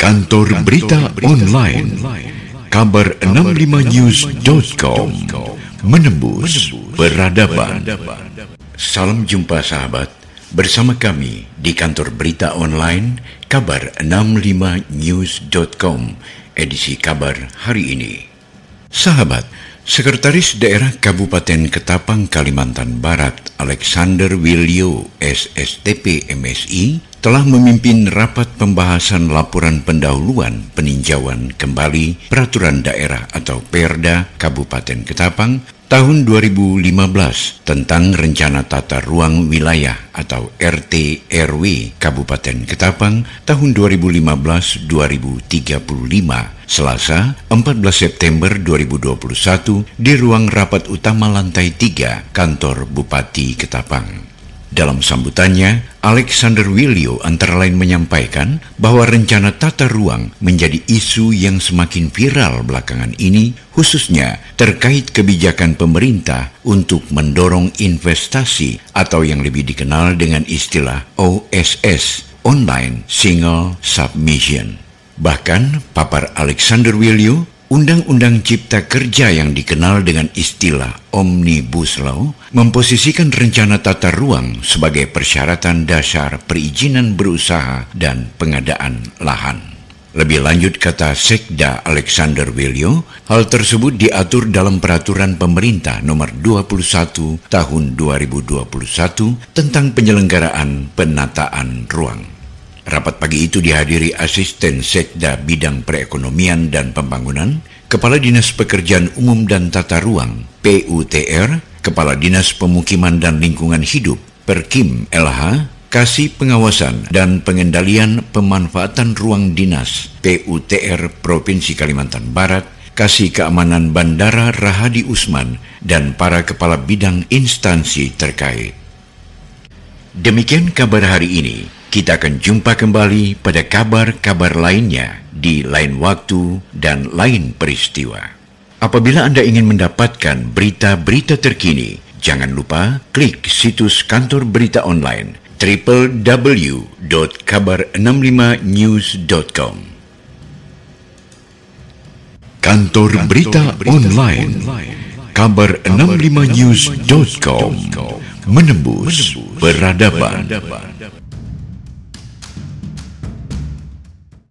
Kantor Berita Online kabar65news.com menembus peradaban. Salam jumpa sahabat, bersama kami di Kantor Berita Online kabar65news.com edisi kabar hari ini. Sahabat, Sekretaris Daerah Kabupaten Ketapang, Kalimantan Barat, Alexander Willio, SSTP MSI, telah memimpin rapat pembahasan laporan pendahuluan peninjauan kembali Peraturan Daerah atau Perda Kabupaten Ketapang tahun 2015 tentang Rencana Tata Ruang Wilayah atau RT RW Kabupaten Ketapang tahun 2015-2035 Selasa 14 September 2021 di ruang rapat utama lantai 3 kantor Bupati Ketapang. Dalam sambutannya, Alexander Willio antara lain menyampaikan bahwa rencana tata ruang menjadi isu yang semakin viral belakangan ini, khususnya terkait kebijakan pemerintah untuk mendorong investasi atau yang lebih dikenal dengan istilah OSS, Online Single Submission. Bahkan, papar Alexander Willio, Undang-Undang Cipta Kerja yang dikenal dengan istilah Omnibus Law memposisikan rencana tata ruang sebagai persyaratan dasar perizinan berusaha dan pengadaan lahan. Lebih lanjut, kata Sekda Alexander Willio, hal tersebut diatur dalam Peraturan Pemerintah Nomor 21 Tahun 2021 tentang penyelenggaraan penataan ruang. Rapat pagi itu dihadiri Asisten Sekda Bidang Perekonomian dan Pembangunan, Kepala Dinas Pekerjaan Umum dan Tata Ruang PUTR, Kepala Dinas Pemukiman dan Lingkungan Hidup Perkim LH, Kasih Pengawasan dan Pengendalian Pemanfaatan Ruang Dinas PUTR Provinsi Kalimantan Barat, Kasih Keamanan Bandara Rahadi Usman, dan para kepala bidang instansi terkait. Demikian kabar hari ini. Kita akan jumpa kembali pada kabar-kabar lainnya di lain waktu dan lain peristiwa. Apabila Anda ingin mendapatkan berita-berita terkini, jangan lupa klik situs kantor berita online www.kabar65news.com. Kantor Berita Online kabar65news.com menembus peradaban.